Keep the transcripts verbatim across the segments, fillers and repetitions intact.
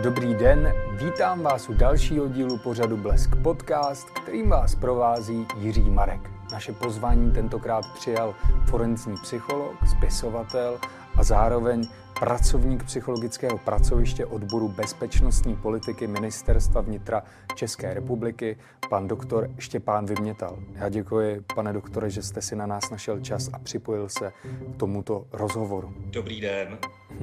Dobrý den, vítám vás u dalšího dílu pořadu Blesk Podcast, kterým vás provází Jiří Marek. Naše pozvání tentokrát přijal forenzní psycholog, spisovatel a zároveň pracovník psychologického pracoviště odboru bezpečnostní politiky Ministerstva vnitra České republiky, pan doktor Štěpán Vymětal. Já děkuji, pane doktore, že jste si na nás našel čas a připojil se k tomuto rozhovoru. Dobrý den.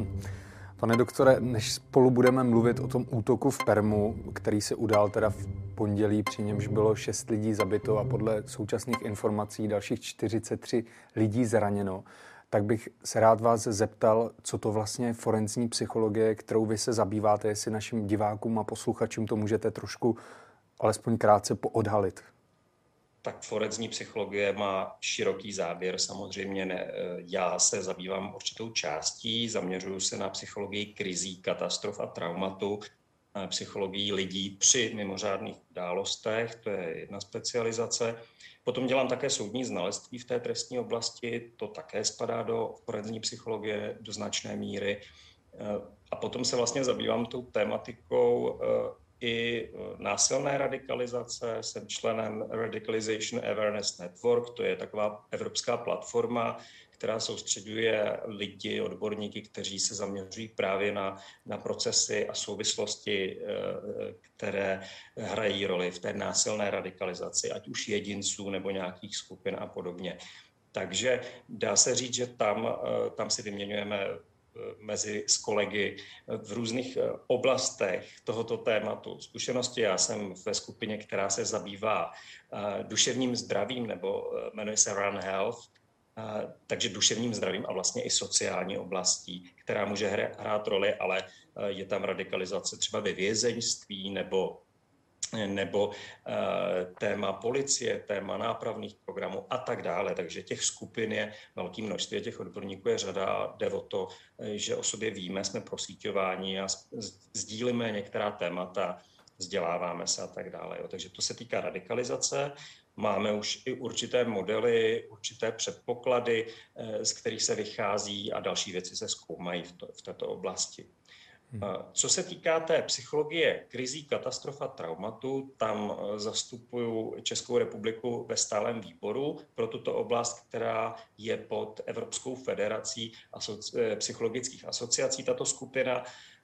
Pane doktore, než spolu budeme mluvit o tom útoku v Permu, který se udál teda v pondělí, při němž bylo šest lidí zabito a podle současných informací dalších čtyřicet tři lidí zraněno, tak bych se rád vás zeptal, co to vlastně je forenzní psychologie, kterou vy se zabýváte, jestli našim divákům a posluchačům to můžete trošku alespoň krátce poodhalit. Tak forenzní psychologie má široký záběr, samozřejmě ne. Já se zabývám určitou částí, zaměřuju se na psychologii krizí, katastrof a traumatu, psychologii lidí při mimořádných událostech, to je jedna specializace. Potom dělám také soudní znalectví v té trestní oblasti, to také spadá do forenzní psychologie do značné míry. A potom se vlastně zabývám tou tématikou i násilné radikalizace. Jsem členem Radicalization Awareness Network, to je taková evropská platforma, která soustřeďuje lidi, odborníky, kteří se zaměřují právě na, na procesy a souvislosti, které hrají roli v té násilné radikalizaci, ať už jedinců nebo nějakých skupin a podobně. Takže dá se říct, že tam, tam si vyměňujeme mezi s kolegy v různých oblastech tohoto tématu zkušenosti. Já jsem ve skupině, která se zabývá duševním zdravím, nebo jmenuje se Run Health, takže duševním zdravím a vlastně i sociální oblastí, která může hrát roli, ale je tam radikalizace třeba ve vězeňství nebo nebo e, téma policie, téma nápravných programů a tak dále. Takže těch skupin je velké množství, těch odborníků je řada a jde o to, že o sobě víme, jsme prosíťováni a sdílíme některá témata, vzděláváme se a tak dále. Jo. Takže to se týká radikalizace. Máme už i určité modely, určité předpoklady, e, z kterých se vychází a další věci se zkoumají v, to, v této oblasti. Co se týká té psychologie krizí, katastrof a traumatu, tam zastupuju Českou republiku ve stálém výboru pro tuto oblast, která je pod Evropskou federací asoci- psychologických asociací, tato skupina.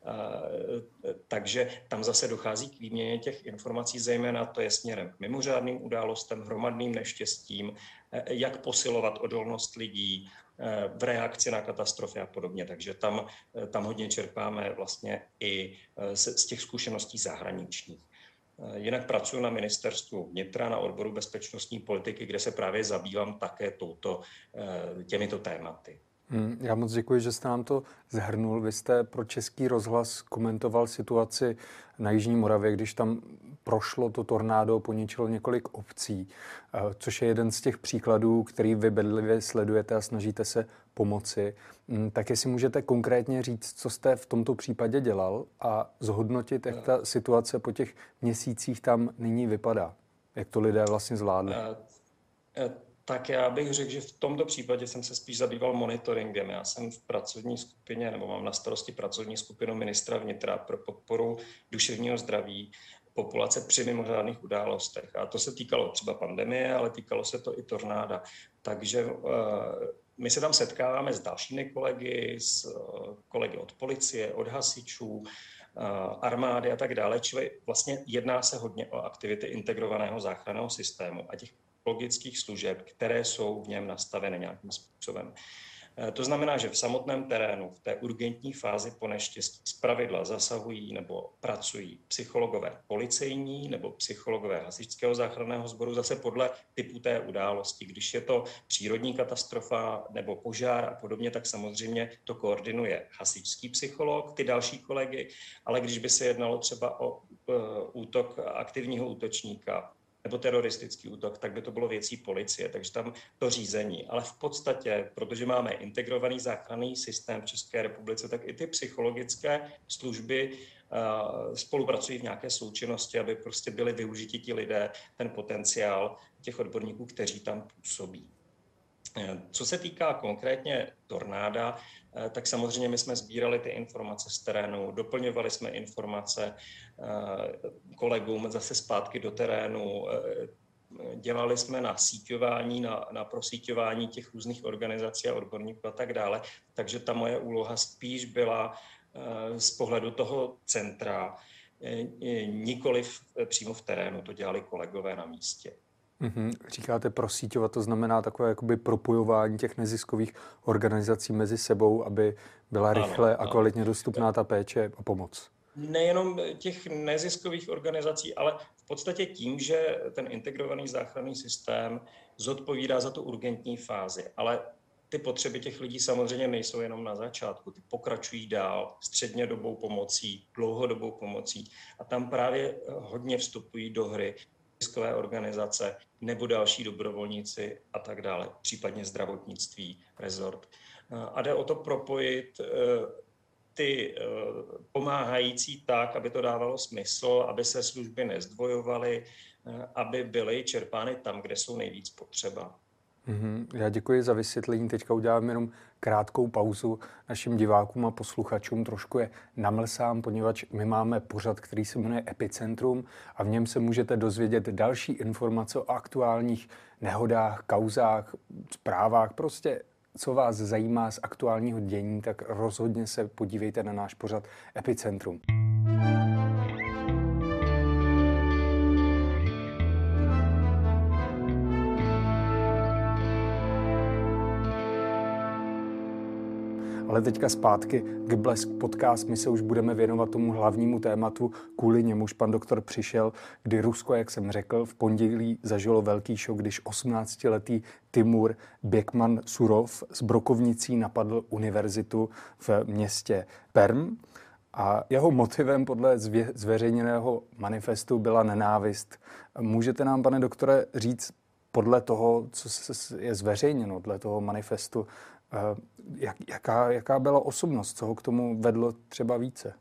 Takže tam zase dochází k výměně těch informací, zejména to je směrem k mimořádným událostem, hromadným neštěstím, jak posilovat odolnost lidí v reakci na katastrofy a podobně. Takže tam, tam hodně čerpáme vlastně i z, z těch zkušeností zahraničních. Jinak pracuji na Ministerstvu vnitra, na odboru bezpečnostní politiky, kde se právě zabývám také touto, těmito tématy. Hmm, já moc děkuji, že jste nám to zhrnul. Vy jste pro Český rozhlas komentoval situaci na Jižní Moravě, když tam prošlo to tornádo, poničilo několik obcí, což je jeden z těch příkladů, který vy bedlivě sledujete a snažíte se pomoci. Tak jestli můžete konkrétně říct, co jste v tomto případě dělal a zhodnotit, jak ta situace po těch měsících tam nyní vypadá. Jak to lidé vlastně zvládli. Uh, uh. Tak já bych řekl, že v tomto případě jsem se spíš zabýval monitoringem. Já jsem v pracovní skupině, nebo mám na starosti pracovní skupinu ministra vnitra pro podporu duševního zdraví populace při mimořádných událostech. A to se týkalo třeba pandemie, ale týkalo se to i tornáda. Takže uh, my se tam setkáváme s dalšími kolegy, s uh, kolegy od policie, od hasičů, uh, armády a tak dále. Čili vlastně jedná se hodně o aktivity integrovaného záchranného systému a těch logických služeb, které jsou v něm nastaveny nějakým způsobem. To znamená, že v samotném terénu, v té urgentní fázi po neštěstí zpravidla zasahují nebo pracují psychologové policejní nebo psychologové hasičského záchranného sboru, zase podle typu té události. Když je to přírodní katastrofa nebo požár a podobně, tak samozřejmě to koordinuje hasičský psycholog, ty další kolegy, ale když by se jednalo třeba o uh, útok aktivního útočníka, nebo teroristický útok, tak by to bylo věcí policie, takže tam to řízení. Ale v podstatě, protože máme integrovaný záchranný systém v České republice, tak i ty psychologické služby uh, spolupracují v nějaké součinnosti, aby prostě byli využiti ti lidé, ten potenciál těch odborníků, kteří tam působí. Co se týká konkrétně tornáda, tak samozřejmě my jsme sbírali ty informace z terénu, doplňovali jsme informace kolegům zase zpátky do terénu, dělali jsme na síťování, na, na prosíťování těch různých organizací a odborníků a tak dále. Takže ta moje úloha spíš byla z pohledu toho centra, nikoliv přímo v terénu, to dělali kolegové na místě. Mm-hmm. Říkáte prosíťovat, to znamená takové jakoby propojování těch neziskových organizací mezi sebou, aby byla rychle ano, a kvalitně dostupná ta péče a pomoc. Nejenom těch neziskových organizací, ale v podstatě tím, že ten integrovaný záchranný systém zodpovídá za tu urgentní fázi. Ale ty potřeby těch lidí samozřejmě nejsou jenom na začátku, ty pokračují dál střednědobou pomocí, dlouhodobou pomocí a tam právě hodně vstupují do hry neziskové organizace nebo další dobrovolníci a tak dále, případně zdravotnictví, rezort. A jde o to propojit ty pomáhající tak, aby to dávalo smysl, aby se služby nezdvojovaly, aby byly čerpány tam, kde jsou nejvíc potřeba. Mm-hmm. Já děkuji za vysvětlení. Teďka udělám jenom krátkou pauzu našim divákům a posluchačům. Trošku je namlsám, poněvadž my máme pořad, který se jmenuje Epicentrum a v něm se můžete dozvědět další informace o aktuálních nehodách, kauzách, zprávách, prostě co vás zajímá z aktuálního dění, tak rozhodně se podívejte na náš pořad Epicentrum. Ale teďka zpátky k Blesk Podcast. My se už budeme věnovat tomu hlavnímu tématu, kvůli němuž pan doktor přišel, kdy Rusko, jak jsem řekl, v pondělí zažilo velký šok, když osmnáctiletý Timur Bekmansurov z Brokovnicí napadl univerzitu v městě Perm. A jeho motivem podle zvě- zveřejněného manifestu byla nenávist. Můžete nám, pane doktore, říct podle toho, co je zveřejněno, dle toho manifestu, Jak, jaká, jaká byla osobnost, co ho k tomu vedlo třeba více?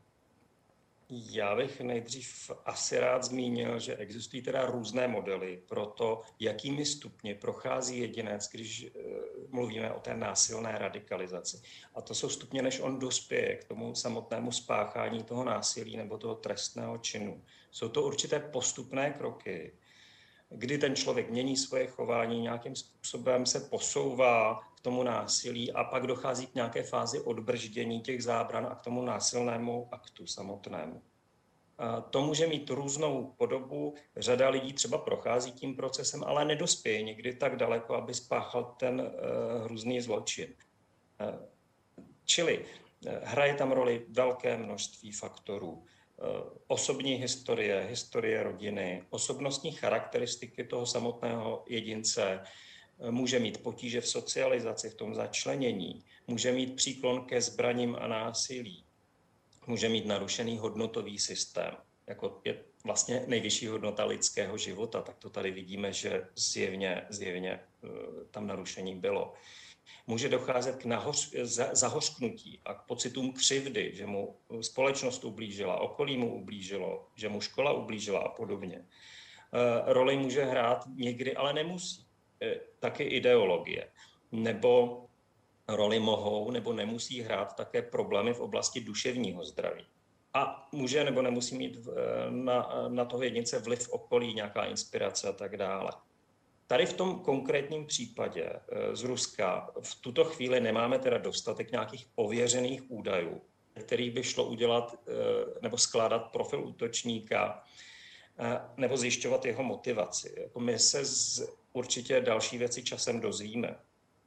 Já bych nejdřív asi rád zmínil, že existují teda různé modely pro to, jakými stupni prochází jedinec, když mluvíme o té násilné radikalizaci. A to jsou stupně, než on dospěje k tomu samotnému spáchání toho násilí nebo toho trestného činu. Jsou to určité postupné kroky, kdy ten člověk mění svoje chování, nějakým způsobem se posouvá k tomu násilí a pak dochází k nějaké fázi odbrždění těch zábran a k tomu násilnému aktu samotnému. A to může mít různou podobu. Řada lidí třeba prochází tím procesem, ale nedospěje někdy tak daleko, aby spáchal ten uh, hrůzný zločin. Uh, čili uh, hraje tam roli velké množství faktorů. Osobní historie, historie rodiny, osobnostní charakteristiky toho samotného jedince, může mít potíže v socializaci, v tom začlenění, může mít příklon ke zbraním a násilí, může mít narušený hodnotový systém, jako je vlastně nejvyšší hodnota lidského života, tak to tady vidíme, že zjevně, zjevně tam narušení bylo. Může docházet k nahoř, zahořknutí a k pocitům křivdy, že mu společnost ublížila, okolí mu ublížilo, že mu škola ublížila a podobně. E, roli může hrát někdy, ale nemusí. E, taky ideologie. Nebo roli mohou nebo nemusí hrát také problémy v oblasti duševního zdraví. A může nebo nemusí mít na, na toho jedince vliv okolí, nějaká inspirace a tak dále. Tady v tom konkrétním případě z Ruska v tuto chvíli nemáme teda dostatek nějakých ověřených údajů, který by šlo udělat nebo skládat profil útočníka nebo zjišťovat jeho motivaci. Jako my se z určitě další věci časem dozvíme.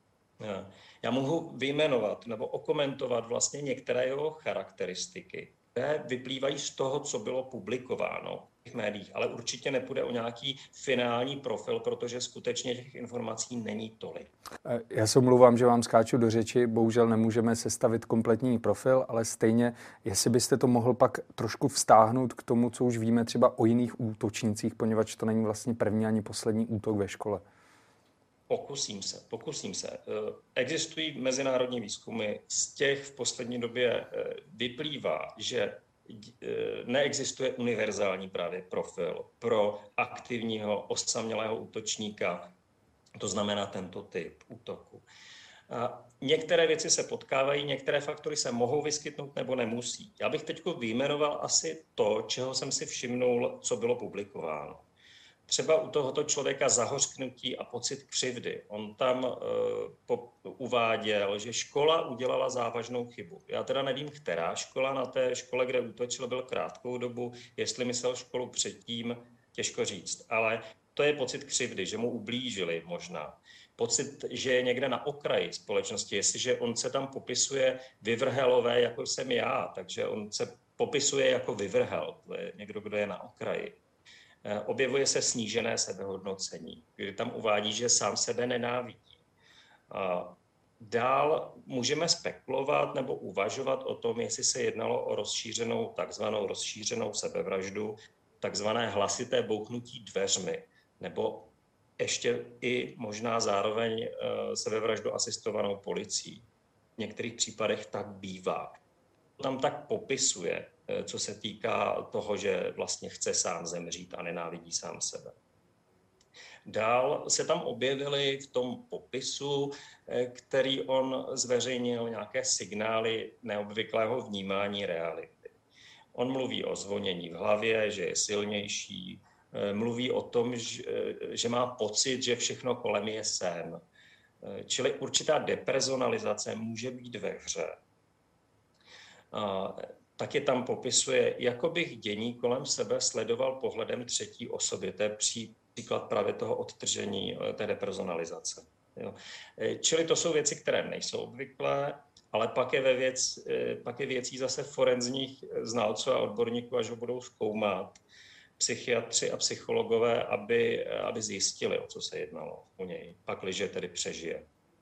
Já mohu vyjmenovat nebo okomentovat vlastně některé jeho charakteristiky, které vyplývají z toho, co bylo publikováno v médiích, ale určitě nepůjde o nějaký finální profil, protože skutečně těch informací není tolik. Já se omlouvám, že vám skáču do řeči, bohužel nemůžeme sestavit kompletní profil, ale stejně, jestli byste to mohl pak trošku vztáhnout k tomu, co už víme třeba o jiných útočnících, poněvadž to není vlastně první ani poslední útok ve škole. Pokusím se, pokusím se. Existují mezinárodní výzkumy, z těch v poslední době vyplývá, že neexistuje univerzální právě profil pro aktivního osamělého útočníka, To znamená tento typ útoku. A některé věci se potkávají, některé faktory se mohou vyskytnout nebo nemusí. Já bych teď vyjmenoval asi to, čeho jsem si všimnul, co bylo publikováno. Třeba u tohoto člověka zahořknutí a pocit křivdy. On tam uh, po, uváděl, že škola udělala závažnou chybu. Já teda nevím, která škola. Na té škole, kde útočil, byl krátkou dobu. Jestli myslel školu předtím, těžko říct. Ale to je pocit křivdy, že mu ublížili možná. Pocit, že je někde na okraji společnosti. Jestliže on se tam popisuje vyvrhelové, jako jsem já, takže on se popisuje jako vyvrhel. To je někdo, kdo je na okraji. Objevuje se snížené sebehodnocení, kdy tam uvádí, že sám sebe nenávidí. Dál můžeme spekulovat nebo uvažovat o tom, jestli se jednalo o rozšířenou, takzvanou rozšířenou sebevraždu, takzvané hlasité bouchnutí dveřmi, nebo ještě i možná zároveň sebevraždu asistovanou policií. V některých případech tak bývá. Tam tak popisuje, co se týká toho, že vlastně chce sám zemřít a nenávidí sám sebe. Dál se tam objevily v tom popisu, který on zveřejnil, nějaké signály neobvyklého vnímání reality. On mluví o zvonění v hlavě, že je silnější, mluví o tom, že má pocit, že všechno kolem je sen. Čili určitá depersonalizace může být ve hře. Taky tam popisuje, jako bych dění kolem sebe sledoval pohledem třetí osoby. To je příklad právě toho odtržení, té depersonalizace. Jo. Čili to jsou věci, které nejsou obvyklé, ale pak je, ve věc, pak je věcí zase forenzních znalců a odborníků, až ho budou zkoumat, psychiatři a psychologové, aby, aby zjistili, o co se jednalo u něj, pakliže tedy přežije.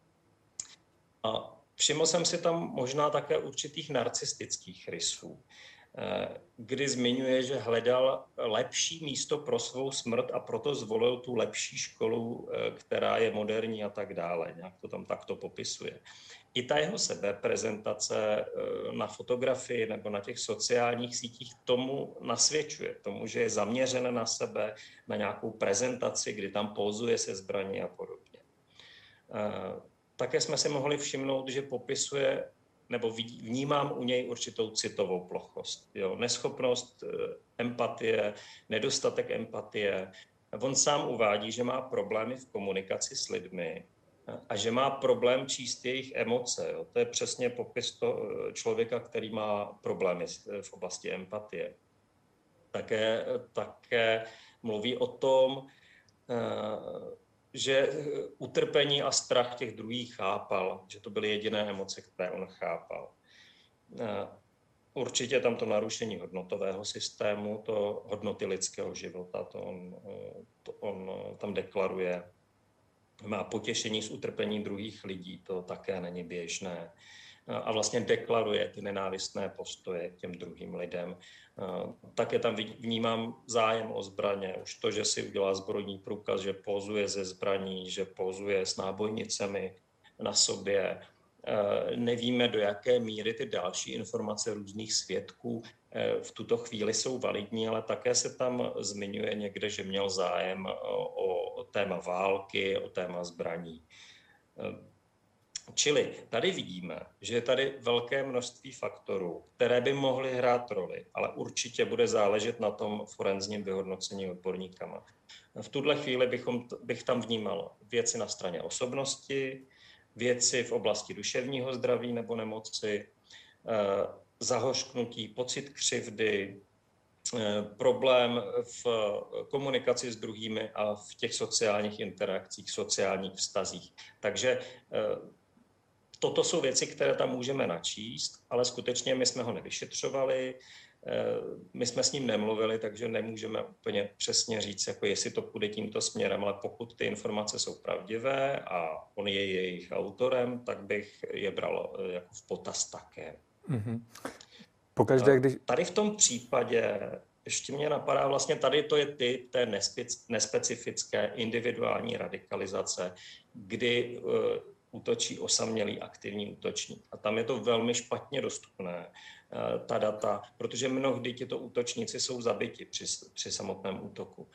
A všiml jsem si tam možná také určitých narcistických rysů, kdy zmiňuje, že hledal lepší místo pro svou smrt a proto zvolil tu lepší školu, která je moderní a tak dále. Nějak to tam takto popisuje. I ta jeho sebeprezentace na fotografii nebo na těch sociálních sítích tomu nasvědčuje, tomu, že je zaměřen na sebe, na nějakou prezentaci, kdy tam pózuje se zbraní a podobně. Také jsme si mohli všimnout, že popisuje, nebo vnímám u něj určitou citovou plochost. Jo? Neschopnost empatie, nedostatek empatie. On sám uvádí, že má problémy v komunikaci s lidmi a že má problém číst jejich emoce. Jo? To je přesně popis to člověka, který má problémy v oblasti empatie. Také, také mluví o tom, že utrpení a strach těch druhých chápal, že to byly jediné emoce, které on chápal. Určitě tam to narušení hodnotového systému, to hodnoty lidského života, to on, to on tam deklaruje. Má potěšení z utrpení druhých lidí, to také není běžné. A vlastně deklaruje ty nenávistné postoje k těm druhým lidem. Také tam vnímám zájem o zbraně. Už to, že si udělá zbrojní průkaz, že pózuje ze zbraní, že pózuje s nábojnicemi na sobě. Nevíme, do jaké míry ty další informace různých svědků v tuto chvíli jsou validní, ale také se tam zmiňuje někde, že měl zájem o téma války, o téma zbraní. Čili tady vidíme, že je tady velké množství faktorů, které by mohly hrát roli, ale určitě bude záležet na tom forenzním vyhodnocení odborníkama. V tuhle chvíli bychom, bych tam vnímal věci na straně osobnosti, věci v oblasti duševního zdraví nebo nemoci, zahořknutí, pocit křivdy, problém v komunikaci s druhými a v těch sociálních interakcích, sociálních vztazích. Takže toto jsou věci, které tam můžeme načíst, ale skutečně my jsme ho nevyšetřovali, my jsme s ním nemluvili, takže nemůžeme úplně přesně říct, jako jestli to půjde tímto směrem, ale pokud ty informace jsou pravdivé a on je jejich autorem, tak bych je bral jako v potaz také. Mm-hmm. Pokaždé, když... Tady v tom případě ještě mě napadá, vlastně tady to je typ té nespecifické individuální radikalizace, kdy uh, útočí osamělý aktivní útočník. A tam je to velmi špatně dostupné, ta data, protože mnohdy tito útočníci jsou zabiti při, při samotném útoku.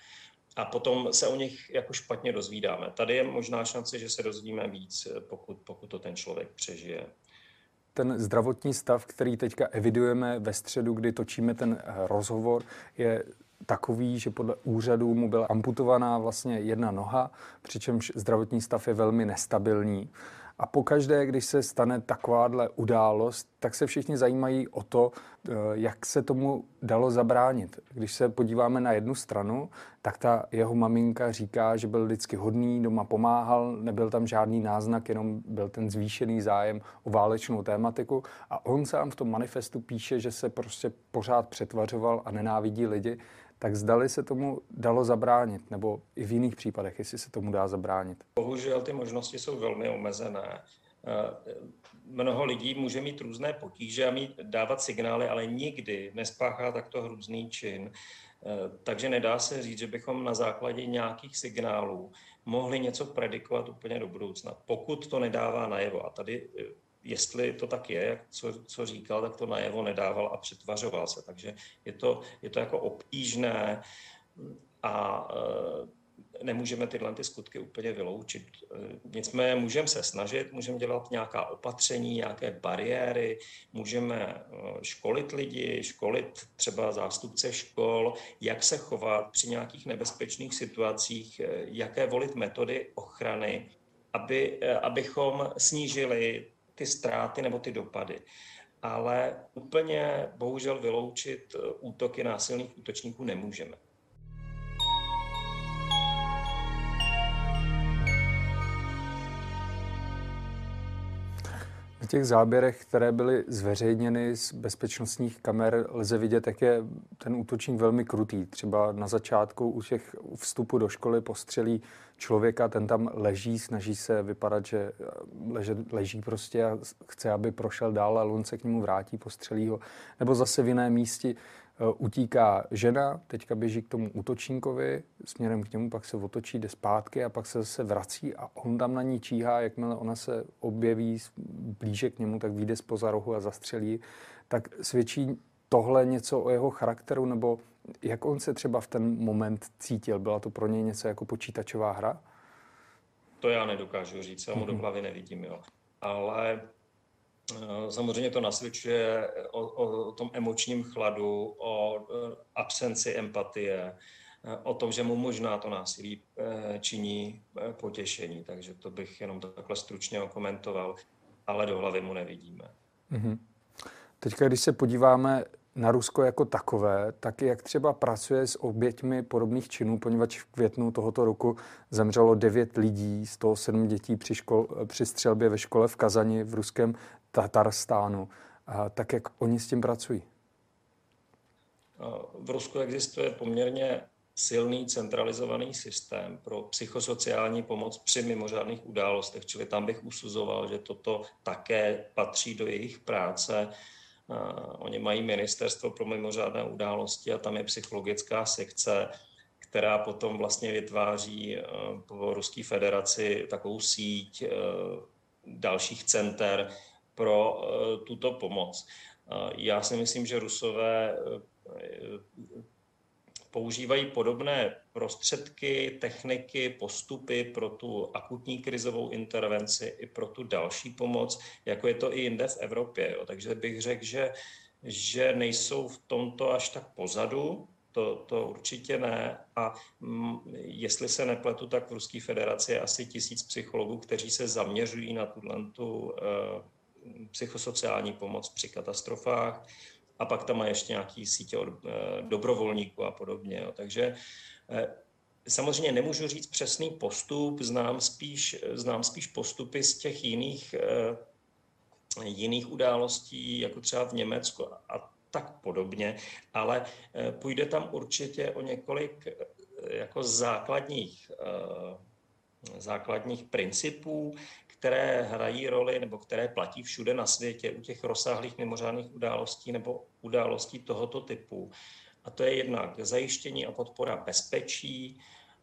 a potom se o nich jako špatně dozvídáme. Tady je možná šance, že se dozvíme víc, pokud, pokud to ten člověk přežije. Ten zdravotní stav, který teďka evidujeme ve středu, kdy točíme ten rozhovor, je takový, že podle úřadu mu byla amputovaná vlastně jedna noha, přičemž zdravotní stav je velmi nestabilní. A pokaždé, když se stane takováhle událost, tak se všichni zajímají o to, jak se tomu dalo zabránit. Když se podíváme na jednu stranu, tak ta jeho maminka říká, že byl vždycky hodný, doma pomáhal, nebyl tam žádný náznak, jenom byl ten zvýšený zájem o válečnou tématiku. A on sám v tom manifestu píše, že se prostě pořád přetvařoval a nenávidí lidi. Tak zdali se tomu dalo zabránit, nebo i v jiných případech, jestli se tomu dá zabránit? Bohužel ty možnosti jsou velmi omezené. Mnoho lidí může mít různé potíže a mít, dávat signály, ale nikdy nespáchá takto hrůzný čin. Takže nedá se říct, že bychom na základě nějakých signálů mohli něco predikovat úplně do budoucna, pokud to nedává najevo. A tady, jestli to tak je, jak co, co říkal, tak to najevo nedával a přetvařoval se. Takže je to, je to jako obtížné a nemůžeme tyhle ty skutky úplně vyloučit. Nicméně můžeme se snažit, můžeme dělat nějaká opatření, nějaké bariéry, můžeme školit lidi, školit třeba zástupce škol, jak se chovat při nějakých nebezpečných situacích, jaké volit metody ochrany, aby, abychom snížili ty ztráty nebo ty dopady. Ale úplně bohužel vyloučit útoky násilných útočníků nemůžeme. V těch záběrech, které byly zveřejněny z bezpečnostních kamer, lze vidět, jak je ten útočník velmi krutý. Třeba na začátku u těch vstupu do školy postřelí člověka, ten tam leží, snaží se vypadat, že leže, leží prostě a chce, aby prošel dál, ale on se k němu vrátí, postřelí ho. Nebo zase v jiném místě utíká žena, teďka běží k tomu útočníkovi, směrem k němu, pak se otočí, jde zpátky a pak se zase vrací a on tam na ní číhá, jakmile ona se objeví blíže k němu, tak vyjde zpoza rohu a zastřelí. Tak svědčí tohle něco o jeho charakteru, nebo jak on se třeba v ten moment cítil? Byla to pro něj něco jako počítačová hra? To já nedokážu říct, já mu do hlavy nevidím, jo. Ale samozřejmě to nasvědčuje o, o tom emočním chladu, o absenci empatie, o tom, že mu možná to násilí činí potěšení. Takže to bych jenom takhle stručně okomentoval, ale do hlavy mu nevidíme. Mm-hmm. Teďka, když se podíváme na Rusko jako takové, tak jak třeba pracuje s oběťmi podobných činů, poněvadž v květnu tohoto roku zemřelo devět lidí, z toho sedm dětí při, škol, při střelbě ve škole v Kazani v ruském Tatarstánu. A tak jak oni s tím pracují? V Rusku existuje poměrně silný centralizovaný systém pro psychosociální pomoc při mimořádných událostech, čili tam bych usuzoval, že toto také patří do jejich práce. Uh, oni mají ministerstvo pro mimořádné události a tam je psychologická sekce, která potom vlastně vytváří uh, po Ruské federaci takovou síť uh, dalších center pro uh, tuto pomoc. Uh, já si myslím, že Rusové uh, používají podobné prostředky, techniky, postupy pro tu akutní krizovou intervenci i pro tu další pomoc, jako je to i jinde v Evropě. Jo. Takže bych řekl, že, že nejsou v tomto až tak pozadu, to, to určitě ne. A m, jestli se nepletu, tak v Ruské federaci je asi tisíc psychologů, kteří se zaměřují na tuto eh, psychosociální pomoc při katastrofách. A pak tam má ještě nějaký sítě od e, dobrovolníků a podobně. Jo. Takže e, samozřejmě nemůžu říct přesný postup, znám spíš, znám spíš postupy z těch jiných, e, jiných událostí, jako třeba v Německu a tak podobně, ale e, půjde tam určitě o několik e, jako základních, e, základních principů, které hrají roli nebo které platí všude na světě u těch rozsáhlých mimořádných událostí nebo událostí tohoto typu. A to je jednak zajištění a podpora bezpečí,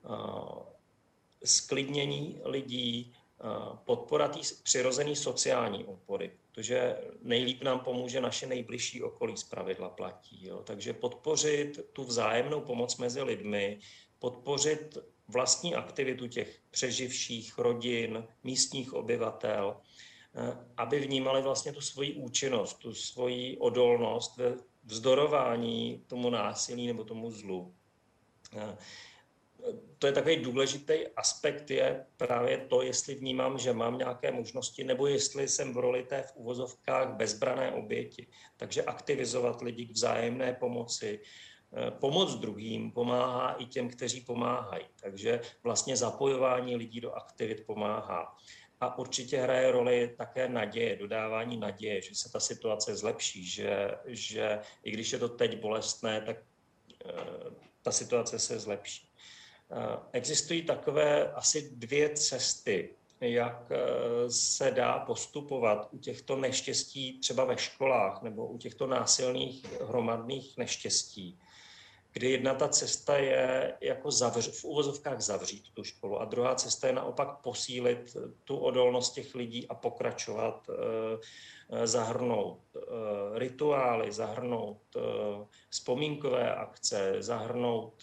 sklidnění lidí, podpora té přirozené sociální opory, protože nejlíp nám pomůže naše nejbližší okolí, zpravidla platí. Jo. Takže podpořit tu vzájemnou pomoc mezi lidmi, podpořit vlastní aktivitu těch přeživších rodin, místních obyvatel, aby vnímali vlastně tu svoji účinnost, tu svoji odolnost ve vzdorování tomu násilí nebo tomu zlu. To je takový důležitý aspekt, je právě to, jestli vnímám, že mám nějaké možnosti, nebo jestli jsem v roli té v uvozovkách bezbrané oběti. Takže aktivizovat lidi k vzájemné pomoci. Pomoc druhým pomáhá i těm, kteří pomáhají. Takže vlastně zapojování lidí do aktivit pomáhá. A určitě hraje roli také naděje, dodávání naděje, že se ta situace zlepší, že, že i když je to teď bolestné, tak ta situace se zlepší. Existují takové asi dvě cesty, jak se dá postupovat u těchto neštěstí třeba ve školách nebo u těchto násilných hromadných neštěstí, kdy jedna ta cesta je jako zavř, v uvozovkách zavřít tu školu a druhá cesta je naopak posílit tu odolnost těch lidí a pokračovat, zahrnout rituály, zahrnout vzpomínkové akce, zahrnout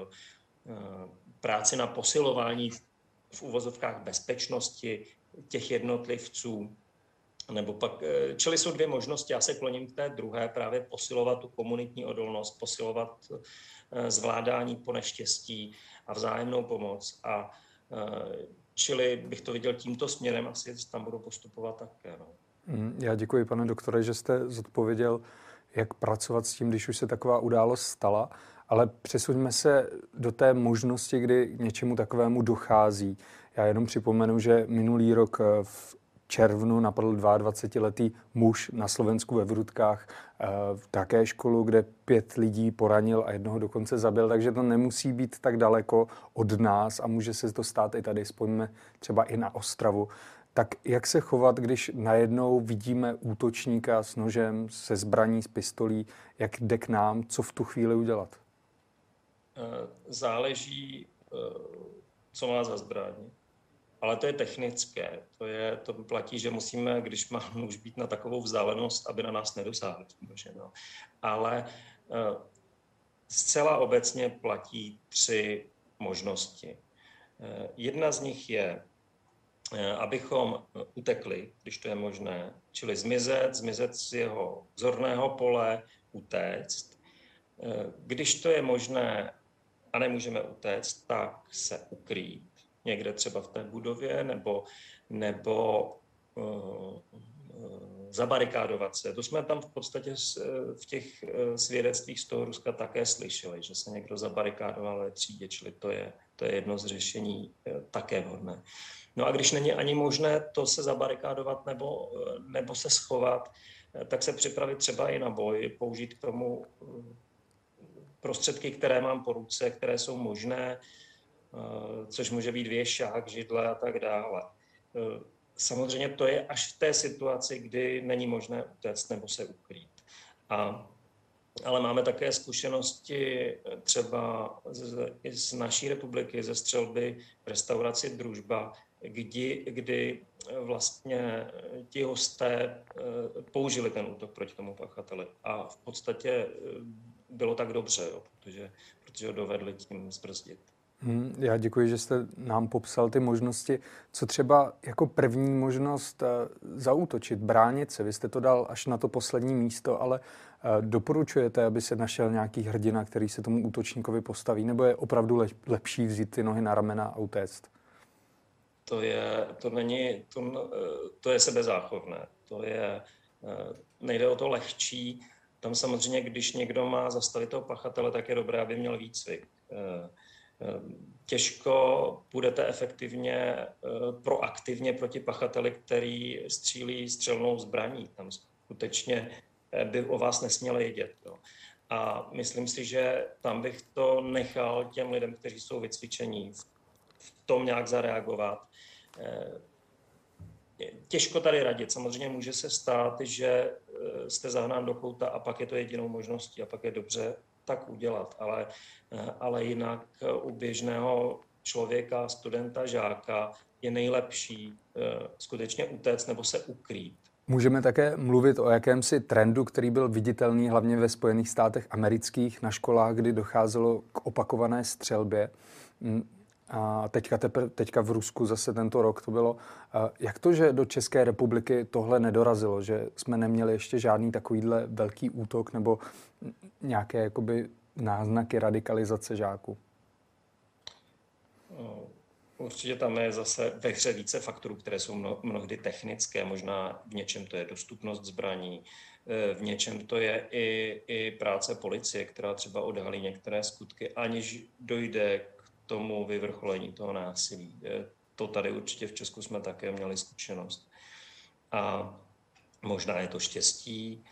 práci na posilování v uvozovkách bezpečnosti těch jednotlivců. Nebo pak, čili jsou dvě možnosti, já se kloním k té druhé, právě posilovat tu komunitní odolnost, posilovat zvládání po neštěstí a vzájemnou pomoc. A čili bych to viděl tímto směrem, asi tam budu postupovat také. No. Já děkuji, pane doktore, že jste zodpověděl, jak pracovat s tím, když už se taková událost stala, ale přesuňme se do té možnosti, kdy k něčemu takovému dochází. Já jenom připomenu, že minulý rok v červnu napadl dvaadvacetiletý muž na Slovensku ve Vrútkách v také školu, kde pět lidí poranil a jednoho dokonce zabil, takže to nemusí být tak daleko od nás a může se to stát i tady, vzpomeňme třeba i na Ostravu. Tak jak se chovat, když najednou vidíme útočníka s nožem, se zbraní, s pistolí, jak jde k nám, co v tu chvíli udělat? Záleží, co má za zbraň. Ale to je technické. To, je, to platí, že musíme, když má nůž, být na takovou vzdálenost, aby na nás nedosáhl. No. Ale zcela obecně platí tři možnosti. Jedna z nich je, abychom utekli, když to je možné, čili zmizet, zmizet z jeho zorného pole, utéct. Když to je možné a nemůžeme utéct, tak se ukrýt někde třeba v té budově nebo, nebo uh, uh, zabarikádovat se. To jsme tam v podstatě v těch svědectvích z toho Ruska také slyšeli, že se někdo zabarikádoval ve třídě, čili to je, to je jedno z řešení také vhodné. No a když není ani možné to se zabarikádovat nebo, nebo se schovat, tak se připravit třeba i na boj, použít k tomu prostředky, které mám po ruce, které jsou možné, což může být věšák, židle a tak dále. Samozřejmě to je až v té situaci, kdy není možné utéct nebo se ukrýt. A, ale máme také zkušenosti třeba z, z naší republiky, ze střelby v restauraci Družba, kdy, kdy vlastně ti hosté použili ten útok proti tomu pachateli. A v podstatě bylo tak dobře, jo, protože, protože ho dovedli tím zbrzdit. Hmm, já děkuji, že jste nám popsal ty možnosti. Co třeba jako první možnost uh, zaútočit, bránit se? Vy jste to dal až na to poslední místo, ale uh, doporučujete, aby se našel nějaký hrdina, který se tomu útočníkovi postaví, nebo je opravdu le- lepší vzít ty nohy na ramena a utéct? To je, to není, to, to je sebezáchovné. To je, nejde o to lehčí. Tam samozřejmě, když někdo má zastavit toho pachatele, tak je dobré, aby měl výcvik. Těžko budete efektivně, proaktivně proti pachateli, který střílí střelnou zbraní. Tam skutečně by o vás nesměl vědět. Jo. A myslím si, že tam bych to nechal těm lidem, kteří jsou vycvičení, v tom nějak zareagovat. Těžko tady radit. Samozřejmě může se stát, že jste zahnán do kouta a pak je to jedinou možností a pak je dobře tak udělat. Ale, ale jinak u běžného člověka, studenta, žáka je nejlepší skutečně utéct nebo se ukrýt. Můžeme také mluvit o jakémsi trendu, který byl viditelný hlavně ve Spojených státech amerických na školách, kdy docházelo k opakované střelbě. A teďka, tepr, teďka v Rusku zase tento rok to bylo. Jak to, že do České republiky tohle nedorazilo, že jsme neměli ještě žádný takovýhle velký útok nebo nějaké jakoby náznaky radikalizace žáků? Určitě tam je zase ve hře více faktorů, které jsou mnohdy technické. Možná v něčem to je dostupnost zbraní, v něčem to je i, i práce policie, která třeba odhalí některé skutky, aniž dojde k tomu vyvrcholení toho násilí. To tady určitě v Česku jsme také měli zkušenost. A možná je to štěstí.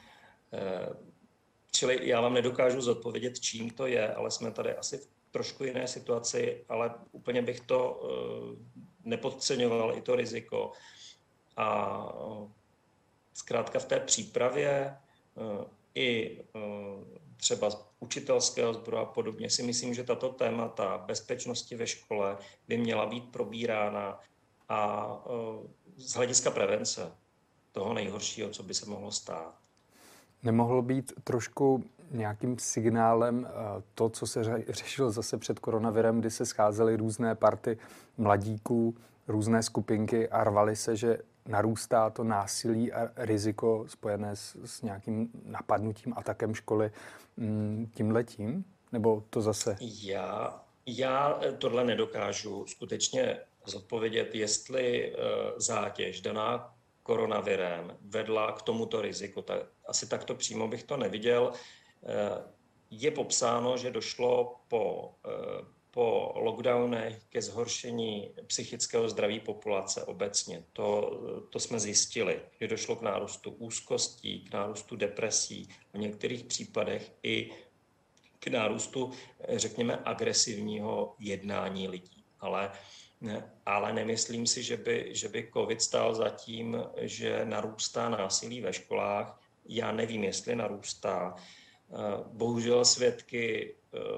Čili já vám nedokážu zodpovědět, čím to je, ale jsme tady asi v trošku jiné situaci, ale úplně bych to nepodceňoval, i to riziko. A zkrátka v té přípravě i třeba z učitelského sboru a podobně si myslím, že tato témata bezpečnosti ve škole by měla být probírána a z hlediska prevence toho nejhoršího, co by se mohlo stát. Nemohlo být trošku nějakým signálem to, co se řešilo zase před koronavirem, kdy se scházely různé party mladíků, různé skupinky a rvali se, že narůstá to násilí a riziko spojené s, s nějakým napadnutím, atakem školy tímhletím? Nebo to zase? Já, já tohle nedokážu skutečně zodpovědět, jestli zátěž daná koronavirem vedla k tomuto riziku. Tak, asi takto přímo bych to neviděl. Je popsáno, že došlo po, po lockdownech ke zhoršení psychického zdraví populace obecně. To, to jsme zjistili, že došlo k nárůstu úzkostí, k nárůstu depresí, v některých případech i k nárůstu, řekněme, agresivního jednání lidí. Ale Ne, ale nemyslím si, že by, že by COVID stál za tím, že narůstá násilí ve školách. Já nevím, jestli narůstá. Bohužel svědky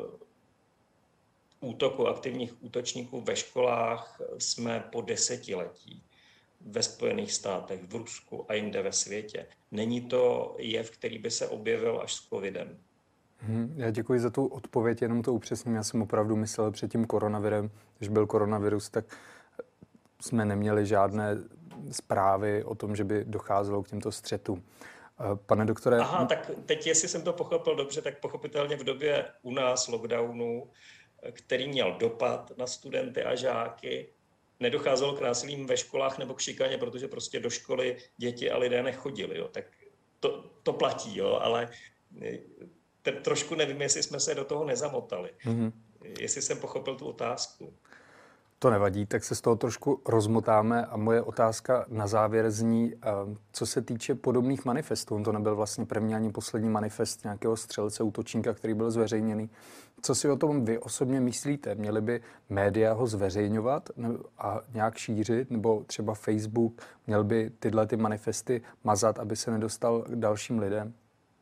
útoku aktivních útočníků ve školách jsme po desetiletí ve Spojených státech, v Rusku a jinde ve světě. Není to jev, který by se objevil až s covidem. Já děkuji za tu odpověď, jenom to upřesním. Já jsem opravdu myslel před tím koronavirem, když byl koronavirus, tak jsme neměli žádné zprávy o tom, že by docházelo k těmto střetům. Pane doktore... Aha, tak teď, jestli jsem to pochopil dobře, tak pochopitelně v době u nás lockdownu, který měl dopad na studenty a žáky, nedocházelo k násilím ve školách nebo k šikaně, protože prostě do školy děti a lidé nechodili. Jo. Tak to, to platí, jo, ale... Ten, trošku nevím, jestli jsme se do toho nezamotali. Mm-hmm. Jestli jsem pochopil tu otázku. To nevadí, tak se z toho trošku rozmotáme a moje otázka na závěr zní, co se týče podobných manifestů. To nebyl vlastně první ani poslední manifest nějakého střelce, útočníka, který byl zveřejněný. Co si o tom vy osobně myslíte? Měly by média ho zveřejňovat a nějak šířit? Nebo třeba Facebook měl by tyhle ty manifesty mazat, aby se nedostal k dalším lidem?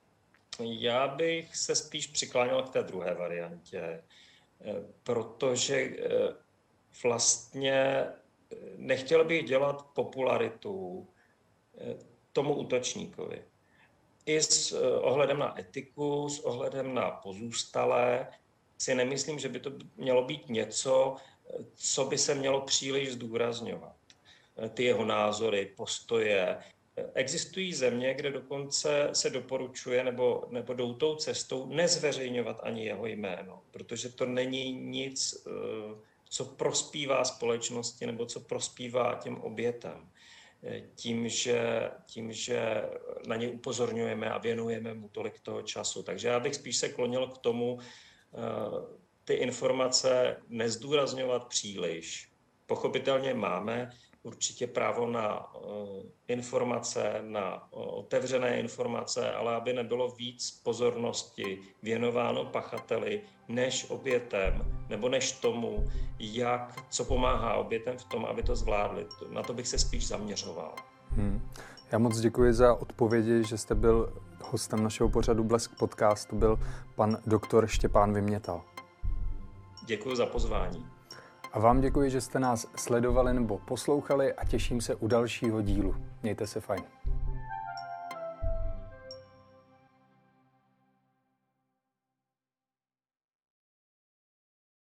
Já bych se spíš přikláněl k té druhé variantě, protože vlastně nechtěl bych dělat popularitu tomu útočníkovi. I s ohledem na etiku, s ohledem na pozůstalé si nemyslím, že by to mělo být něco, co by se mělo příliš zdůrazňovat. Ty jeho názory, postoje. Existují země, kde dokonce se doporučuje nebo, nebo jdou tou cestou nezveřejňovat ani jeho jméno, protože to není nic, co prospívá společnosti nebo co prospívá těm obětem. Tím, že, tím, že na ně upozorňujeme a věnujeme mu tolik toho času. Takže já bych spíš se klonil k tomu, ty informace nezdůrazňovat příliš. Pochopitelně máme určitě právo na uh, informace, na uh, otevřené informace, ale aby nebylo víc pozornosti věnováno pachateli než obětem, nebo než tomu, jak, co pomáhá obětem v tom, aby to zvládli. Na to bych se spíš zaměřoval. Hmm. Já moc děkuji za odpovědi, že jste byl hostem našeho pořadu Blesk Podcast. To byl pan doktor Štěpán Vymětal. Děkuji za pozvání. A vám děkuji, že jste nás sledovali nebo poslouchali a těším se u dalšího dílu. Mějte se fajn.